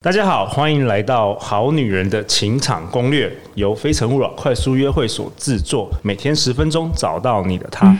大家好，欢迎来到好女人的情场攻略，由非诚勿扰快速约会所制作，每天10分钟，找到你的他。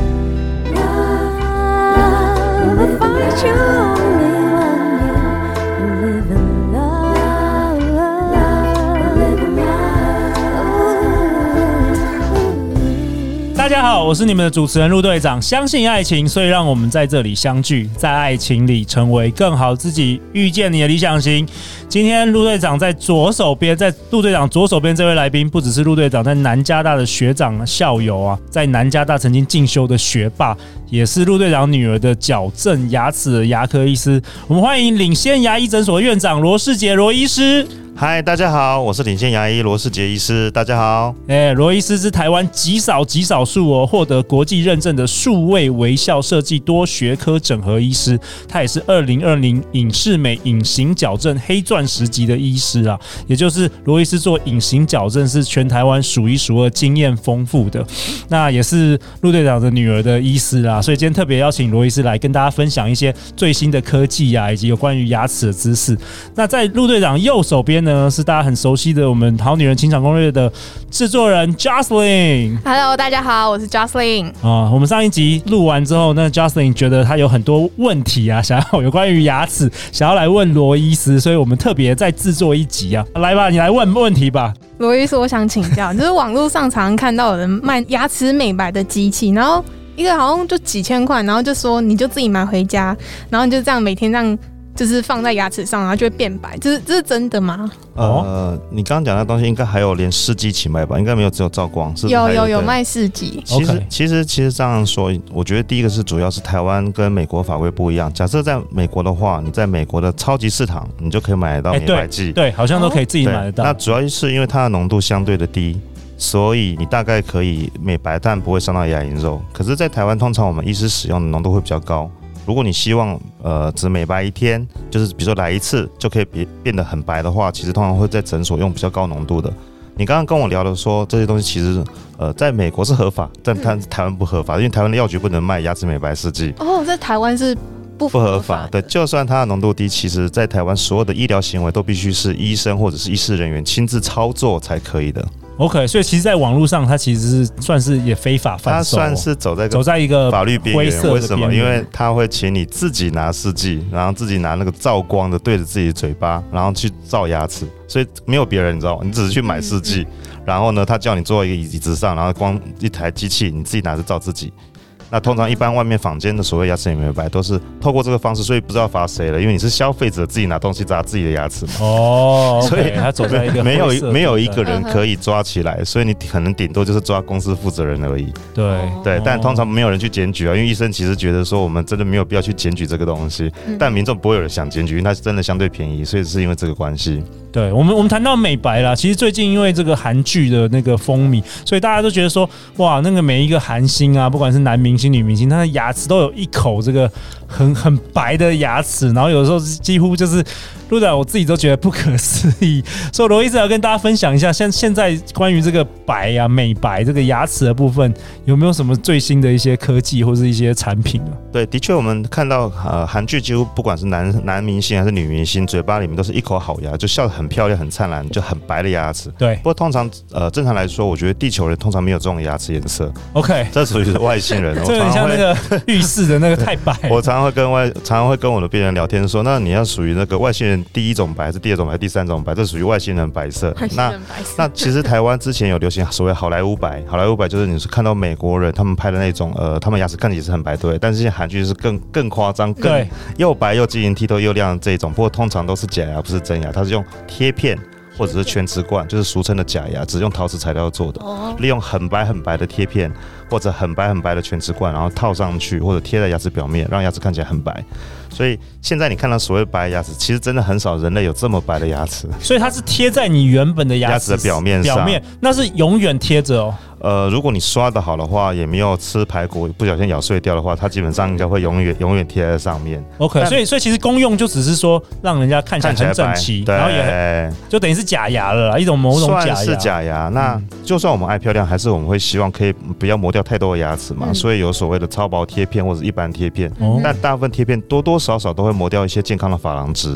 大家好，我是你们的主持人陆队长。相信爱情，所以让我们在这里相聚，在爱情里成为更好自己，遇见你的理想型。今天陆队长在左手边，在陆队长左手边这位来宾，不只是陆队长在南加大的学长校友啊，在南加大曾经进修的学霸，也是陆队长女儿的矫正牙齿的牙科医师。我们欢迎领先牙医诊所院长罗世杰罗医师。 嗨，大家好，我是领先牙医罗世杰医师。大家好。 罗医师是台湾极少数获得国际认证的数位微笑设计多学科整合医师，他也是2020影视美隐形矫正黑钻石级的医师啊，也就是罗医师做隐形矫正是全台湾数一数二经验丰富的，那也是陆队长的女儿的医师啦，所以今天特别邀请罗医师来跟大家分享一些最新的科技啊，以及有关于牙齿的知识。那在陆队长右手边呢，是大家很熟悉的我们好女人情场攻略的制作人 Jocelyn。Hello， 大家好，我是 Jocelyn。 我们上一集录完之后，那 Jocelyn 觉得她有很多问题啊，想要有关于牙齿，想要来问罗医师，所以我们特别再制作一集啊。来吧，你来问问题吧。 罗医师，我想请教，就是网络上常看到有人卖牙齿美白的机器，然后一个好像就几千块，然后就说你就自己买回家，然后你就这样每天这样。就是放在牙齿上，然后就会变白，这是真的吗？ 你刚刚讲的东西应该还有连试剂一起卖吧？应该没有只有照光，是有卖试剂。 其实这样说，我觉得第一个是主要是台湾跟美国法规不一样。假设在美国的话，你在美国的超级市场，你就可以买得到美白剂， 对，好像都可以自己买得到。 那主要是因为它的浓度相对的低。所以你大概可以美白，但不会伤到牙龈肉。可是，在台湾通常我们医师使用的浓度会比较高。如果你希望只美白一天，就是比如说来一次就可以变得很白的话，其实通常会在诊所用比较高浓度的。你刚刚跟我聊的说这些东西其实在美国是合法，但台湾不合法，因为台湾的药局不能卖牙齿美白试剂。 在台湾是不合法的。 对，就算它的浓度低，其实在台湾所有的医疗行为都必须是医生或者是医师人员亲自操作才可以的。 OK， 所以其实在网络上，它其实是算是也非法贩售， 它算是走在一个法律边缘。为什么？因为它会请你自己拿试剂，然后自己拿那个照光的对着自己的嘴巴，然后去照牙齿，所以没有别人，你知道吗？你只是去买试剂，然后呢，他叫你坐一个椅子上，然后光一台机器，你自己拿着照自己。那通常一般外面坊间的所谓牙齿美白都是透过这个方式，所以不知道罚谁了，因为你是消费者自己拿东西砸自己的牙齿嘛。所以他走在一个没有一个人可以抓起来，所以你可能顶多就是抓公司负责人而已。对，但通常没有人去检举啊，因为医生其实觉得说我们真的没有必要去检举这个东西，但民众不会有人想检举，因为它是真的相对便宜，所以是因为这个关系。 对，我们谈到美白啦，其实最近因为这个韩剧的那个风靡，所以大家都觉得说，哇，那个每一个韩星啊，不管是男明星、女明星，他的牙齿都有一口这个很白的牙齿，然后有的时候几乎就是陆队长我自己都觉得不可思议。所以罗医师要跟大家分享一下，现在关于这个白啊、美白这个牙齿的部分，有没有什么最新的一些科技或是一些产品啊？ 对，的确我们看到韩剧几乎不管是男明星还是女明星，嘴巴里面都是一口好牙，就笑得很漂亮、很灿烂，就很白的牙齿。 对， 不过通常正常来说，我觉得地球人通常没有这种牙齿颜色。 OK， 这属于外星人。 这很像那个浴室的那个太白。 我常常会跟我的病人聊天说，那你要属于那个外星人第一种白，还是第二种白，还是第三种白？这属于外星人白色。那其实台湾之前有流行所谓好莱坞白，好莱坞白就是你是看到美国人他们拍的那种他们牙齿看起来也是很白，对，但是现在韩剧是更夸张，更又白又晶莹剔透又亮的这一种。不过通常都是假牙，不是真牙，它是用贴片或者是全瓷冠，就是俗称的假牙，只用陶瓷材料做的，利用很白很白的贴片或者很白很白的全瓷冠，然后套上去或者贴在牙齿表面，让牙齿看起来很白。所以现在你看到所谓白牙齿，其实真的很少人类有这么白的牙齿。 所以它是贴在你原本的牙齿的表面上， 那是永远贴着哦。 如果你刷得好的话，也没有吃排骨不小心咬碎掉的话，它基本上应该会永远贴在上面。 OK， 所以其实功用就只是说让人家看起来很整齐，然后也就等于是假牙了啦，一种某种假牙。 算是假牙。那就算我们爱漂亮，还是我们会希望可以不要磨掉太多的牙齿嘛，所以有所谓的超薄贴片或者一般贴片，但大部分贴片多多少少都会磨掉一些健康的珐琅质。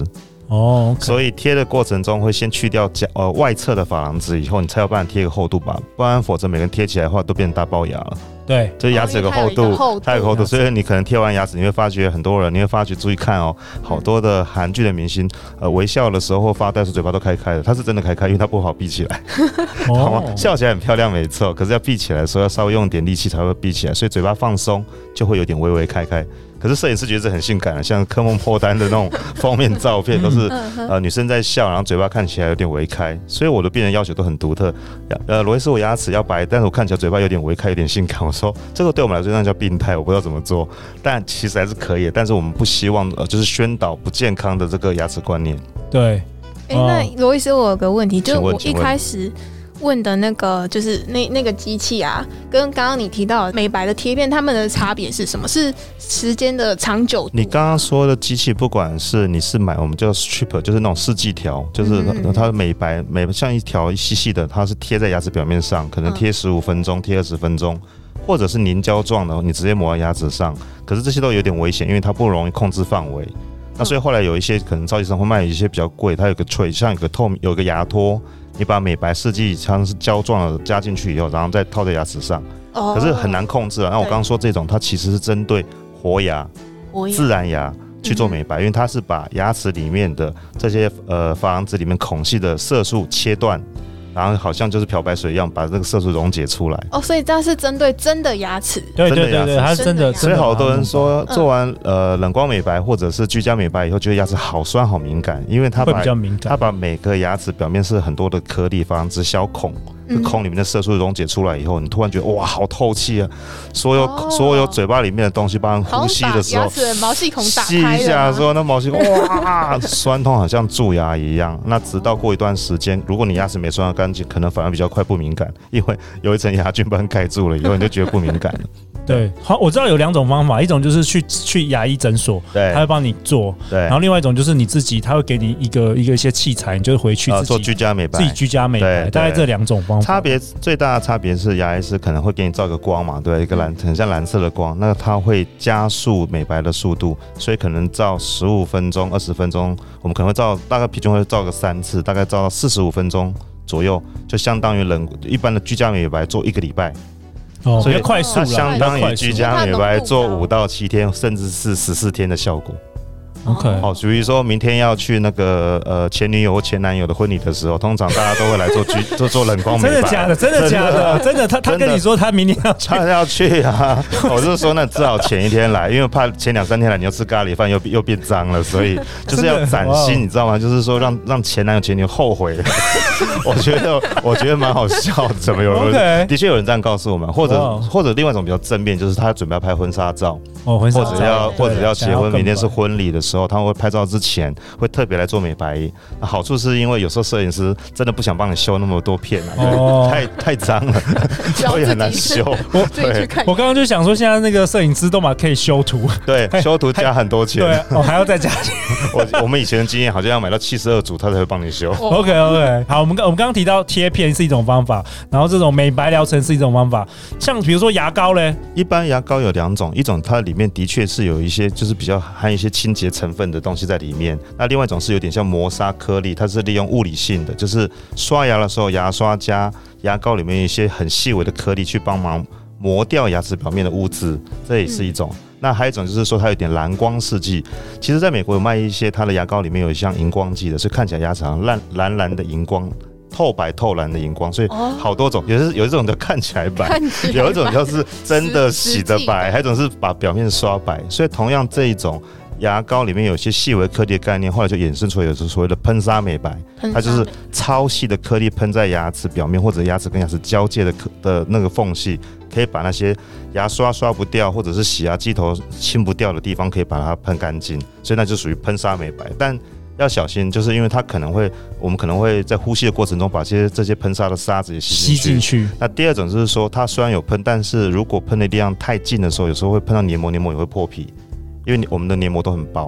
哦， 所以贴的过程中会先去掉外侧的珐琅质，以后你才有办法贴个厚度吧，不然否则每个人贴起来的话都变成大龅牙了。 对， 这牙齿有个厚度，它有个厚度，所以你可能贴完牙齿，你会发觉很多人，你会发觉注意看哦，好多的韩剧的明星，微笑的时候或发呆的时候嘴巴都开开的，他是真的开开，因为他不好闭起来，好吗？笑起来很漂亮没错，可是要闭起来的时候要稍微用点力气才会闭起来，所以嘴巴放松就会有点微微开开。可是摄影师觉得这很性感啊，像科梦破单的那种封面照片，都是女生在笑，然后嘴巴看起来有点微开，所以我的病人要求都很独特。罗医师，我牙齿要白，但是我看起来嘴巴有点微开，有点性感。我说这个对我们来说那叫病态，我不知道怎么做，但其实还是可以。但是我们不希望就是宣导不健康的这个牙齿观念。 对， 那罗医师，我有个问题，就是我一开始问的那个就是那个机器啊，跟刚刚你提到的美白的贴片，它们的差别是什么？是时间的长久度？ 你刚刚说的机器，不管是你是买我们叫 strip， 就是那种试剂条，就是它美白像一条细细的，它是贴在牙齿表面上，可能贴15分钟，贴20分钟，或者是凝胶状的，你直接抹在牙齿上。可是这些都有点危险，因为它不容易控制范围。那所以后来有一些可能超级市场会卖一些比较贵，它有个tray，像有个牙托。你把美白试剂像是胶状的加进去以后，然后再套在牙齿上，可是很难控制啊。那我刚刚说这种，它其实是针对活牙、自然牙去做美白，因为它是把牙齿里面的这些珐琅质里面孔隙的色素切断，然后好像就是漂白水一样把这个色素溶解出来。 所以这是针对真的牙齿。 对，它是真的。 所以好多人说做完冷光美白或者是居家美白以后，觉得牙齿好酸好敏感，因为它把每个牙齿表面是很多的颗粒珐琅质小孔。孔里面的色素溶解出来以后，你突然觉得哇，好透气啊！所有嘴巴里面的东西，包含呼吸的时候， 牙齿的毛细孔打开吸一下的时候，那毛细孔哇，酸痛好像蛀牙一样。那直到过一段时间，如果你牙齿没刷得干净，可能反而比较快不敏感，因为有一层牙菌把它盖住了，以后你就觉得不敏感了。 对，好，我知道有2种方法，一种就是去牙医诊所，他会帮你做， 对， 然后另外一种就是你自己，他会给你一些器材，你就回去做居家美白， 自己居家美白，大概这2种方法。 最大的差别是牙医师可能会给你照个光嘛，对，一个很像蓝色的光，那它会加速美白的速度，所以可能照15分钟、20分钟，我们可能会照大概平均会照个3次，大概照到45分钟左右，就相当于一般的居家美白做1个礼拜。 所以快速了， 相当于居家美白做5到7天，甚至是14天的效果。 OK， 好，比如说明天要去那个前女友或前男友的婚礼的时候，通常大家都会来做冷光美白。 真的假的？真的假的？真的，他跟你说他明天要去， 他要去啊！我是说，那至少前1天来，因为怕前2、3天来你要吃咖喱饭又变脏了，所以就是要崭新，你知道吗？就是说让前男友前女友后悔。我觉得蛮好笑的，怎么有人的确有人这样告诉我们，或者另外一种比较正面，就是他准备要拍婚纱照，或者要结婚，明天是婚礼的时候，他会拍照之前会特别来做美白。好处是因为有时候摄影师真的不想帮你修那么多片啊，太脏了，所以很难修。 我刚刚就想说，现在那个摄影师都可以修图， 对，修图加很多钱， 对，还要再加钱。 我们以前的经验好像要买到72组，他才会帮你修。 OK， 好，我们刚刚提到贴片是一种方法，然后这种美白疗程是一种方法，像比如说牙膏嘞， 一般牙膏有2种，一种它里面的确是有一些就是比较含一些清洁成分的东西在里面，那另外一种是有点像磨砂颗粒，它是利用物理性的，就是刷牙的时候牙刷加牙膏里面有一些很细微的颗粒去帮忙磨掉牙齿表面的污渍，这也是一种。那还有一种就是说它有点蓝光试剂，其实在美国有卖一些它的牙膏里面有像荧光剂的，所以看起来牙齿上蓝蓝的荧光，透白透蓝的荧光，所以好多种，有一种叫看起来白，有一种就是真的洗的白，还有一种是把表面刷白，所以同样这一种牙膏里面有些细微颗粒的概念，后来就衍生出来有所谓的喷砂美白，它就是超细的颗粒喷在牙齿表面或者牙齿跟牙齿交界的那个缝隙，可以把那些牙刷刷不掉或者是洗牙机头清不掉的地方可以把它喷干净，所以那就属于喷砂美白。但要小心，就是因为它我们可能会在呼吸的过程中把这些喷砂的沙子也吸进去。那第二种就是说，它虽然有喷，但是如果喷的力量太近的时候，有时候会喷到黏膜，黏膜也会破皮，因为我们的黏膜都很薄，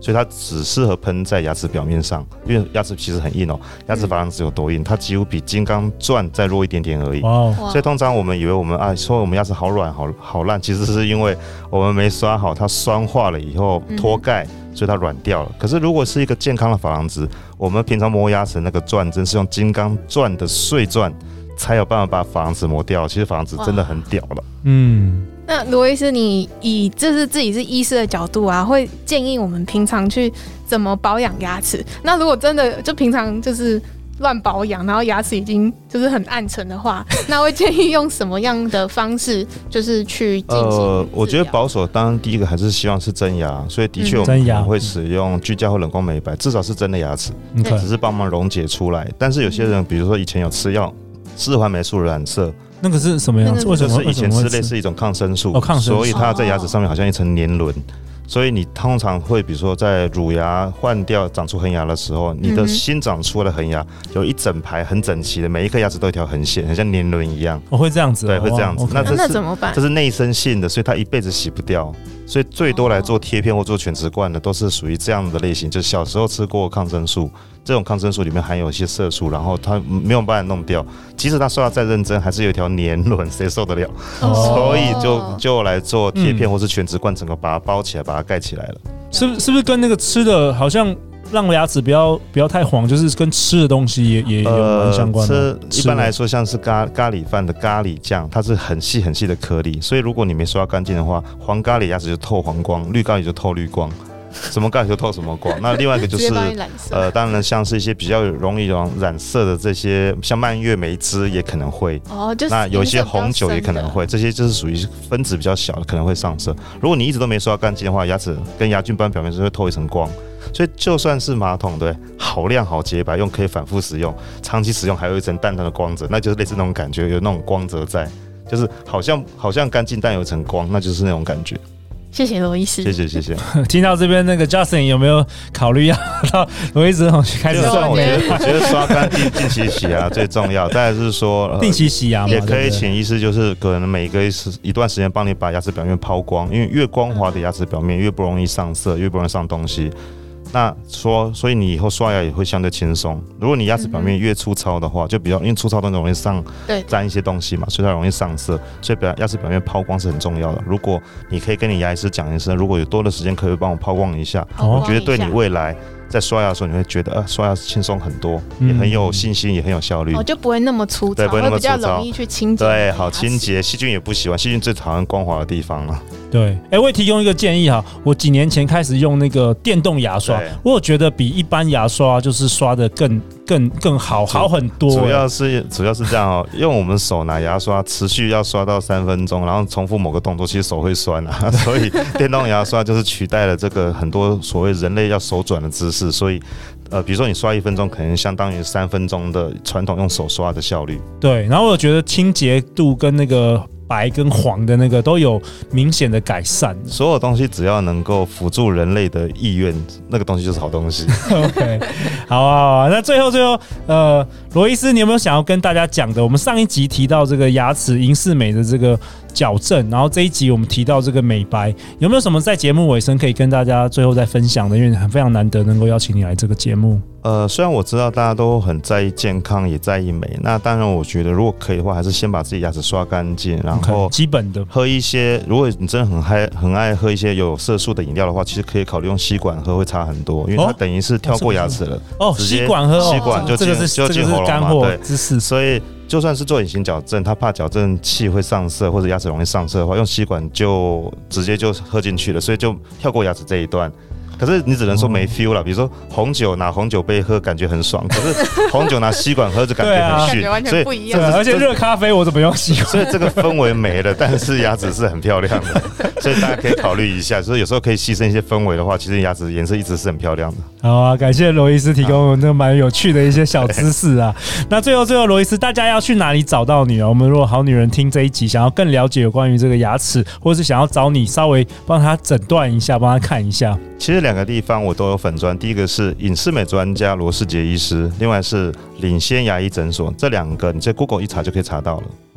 所以它只适合喷在牙齿表面上，因为牙齿其实很硬哦，牙齿珐琅质有多硬，它几乎比金刚钻再弱一点点而已。所以通常我们以为我们说我们牙齿好软好烂，其实是因为我们没刷好，它酸化了以后脱钙，所以它软掉了。可是如果是一个健康的珐琅质，我们平常磨牙齿那个钻针是用金刚钻的碎钻才有办法把珐琅质磨掉。其实珐琅质真的很屌了。 那罗医师，你以就是自己是医师的角度啊，会建议我们平常去怎么保养牙齿？那如果真的就平常就是乱保养，然后牙齿已经就是很暗沉的话，那会建议用什么样的方式就是去进行？ 我觉得保守，当然第一个还是希望是真牙，所以的确我们会使用居家或冷光美白，至少是真的牙齿，只是帮忙溶解出来。但是有些人，比如说以前有吃药，四环霉素染色。 那个是什么样子？为什么是以前吃类似一种抗生素，所以它在牙齿上面好像一层年轮。所以你通常会，比如说在乳牙换掉长出横牙的时候，你的新长出来的横牙有一整排很整齐的，每一颗牙齿都有一条横线，很像年轮一样。 会这样子？ 对，会这样子。 那怎么办？ 这是内生性的，所以它一辈子洗不掉。所以最多来做贴片或做全瓷冠的，都是属于这样的类型，就是小时候吃过抗生素，这种抗生素里面含有一些色素，然后它没有办法弄掉，即使它刷得再认真，还是有一条年轮，谁受得了？所以就来做贴片或是全瓷冠，整个把它包起来，把它盖起来了。 是不是跟那个吃的好像？让牙齿不要太黄，就是跟吃的东西也有蛮相关的。 一般来说，像是咖喱饭的咖喱酱，它是很细很细的颗粒，所以如果你没刷干净的话，黄咖喱牙齿就透黄光，绿咖喱就透绿光。什么咖喱就透什么光。那另外一个就是当然像是一些比较容易染色的这些，像蔓越莓汁也可能会。那有一些红酒也可能会，这些就是属于分子比较小的，可能会上色。如果你一直都没刷干净的话，牙齿跟牙菌斑表面是会透一层光。所以就算是马桶，对，好亮好洁白，可以反复使用，长期使用还有一层淡淡的光泽，那就是类似那种感觉，有那种光泽在，就是好像干净但有一层光，那就是那种感觉。 谢谢罗医师， 谢谢。 听到这边那个 Justin 有没有考虑要到罗医师开始算？ 我觉得刷干净、定期洗牙最重要。再来是说， 定期洗牙嘛， 也可以请医师，就是可能每一段时间帮你把牙齿表面抛光，因为越光滑的牙齿表面越不容易上色，越不容易上东西。那所以你以后刷牙也会相对轻松。如果你牙齿表面越粗糙的话，就比较因为粗糙东西容易沾一些东西嘛，所以它容易上色。所以牙齿表面抛光是很重要的。如果你可以跟你牙医师讲一声，如果有多的时间可以帮我抛光一下，我觉得对你未来在刷牙的时候，你会觉得刷牙轻松很多，也很有信心，也很有效率。 就不会那么粗糙，会比较容易去清洁。 对，好清洁，细菌也不喜欢，细菌最讨厌光滑的地方了。 对，我也提供一个建议哈，我几年前开始用那个电动牙刷，我有觉得比一般牙刷就是刷的更好很多。 主要是这样哦，用我们手拿牙刷持续要刷到3分钟，然后重复某个动作，其实手会酸啊。所以电动牙刷就是取代了这个很多所谓人类要手转的姿势，所以比如说你刷1分钟，可能相当于3分钟的传统用手刷的效率。 对，然后我觉得清洁度跟那个白跟黄的那个都有明显的改善。 所有东西只要能够辅助人类的意愿，那个东西就是好东西。 OK， 好啊。那最后，罗医师，你有没有想要跟大家讲的？我们上一集提到这个牙齿银饰美的这个矫正，然后这一集我们提到这个美白，有没有什么在节目尾声可以跟大家最后再分享的？因为非常难得能够邀请你来这个节目。 虽然我知道大家都很在意健康，也在意美，那当然我觉得如果可以的话，还是先把自己牙齿刷干净，然后基本的喝一些。如果你真的很爱喝一些有色素的饮料的话，其实可以考虑用吸管喝，会差很多，因为它等于是跳过牙齿了。直接吸管喝， 吸管就进喉咙嘛，对， 知识。 所以就算是做隐形矫正，他怕矫正器会上色或者牙齿容易上色的话，用吸管就直接就喝进去了，所以就跳过牙齿这一段。可是你只能说没 feel 了，比如说红酒拿红酒杯喝感觉很爽，可是红酒拿吸管喝就感觉很逊， 完全不一样。 而且热咖啡我怎么用吸管？ 所以这个氛围没了，但是牙齿是很漂亮的，所以大家可以考虑一下，就是有时候可以牺牲一些氛围的话，其实牙齿颜色一直是很漂亮的。 好啊，感谢罗医师提供我那蛮有趣的一些小知识啊。那最后罗医师，大家要去哪里找到你啊？我们如果好女人听这一集，想要更了解有关于这个牙齿，或者是想要找你稍微帮他诊断一下，帮他看一下。 其实2个地方我都有粉专，第一个是隐适美专家罗世杰医师，另外是领先牙医诊所，这2个你在 Google 一查就可以查到了。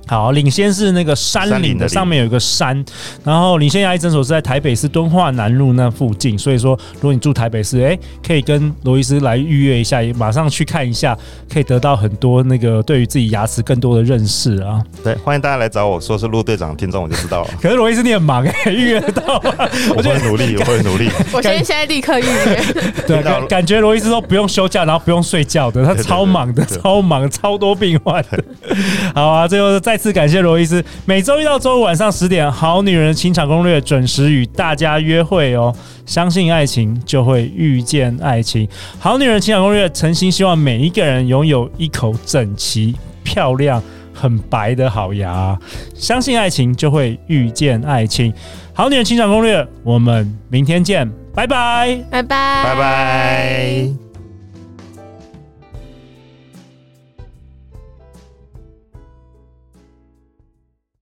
好，领先是那个山岭的上面有一个山，然后领先牙医诊所是在台北市敦化南路那附近，所以说如果你住台北市，可以跟罗医师来预约一下，也马上去看一下，可以得到很多那个对于自己牙齿更多的认识啊。 对，欢迎大家来找我，说是陆队长听众我就知道了。 可是罗医师你很忙预约得到吗？ 我会努力，我会努力。 我现在立刻预约。 对，感觉罗医师都不用休假，然后不用睡觉的，他超忙的，超忙，超多病患的。好啊，最后再次感谢罗医师。每周一到周五晚上10点，《好女人的情场攻略》准时与大家约会哦。相信爱情，就会遇见爱情。《好女人的情场攻略》诚心希望每一个人拥有一口整齐、漂亮、很白的好牙。相信爱情，就会遇见爱情。《好女人情场攻略》，我们明天见，拜拜， 拜拜， 拜拜。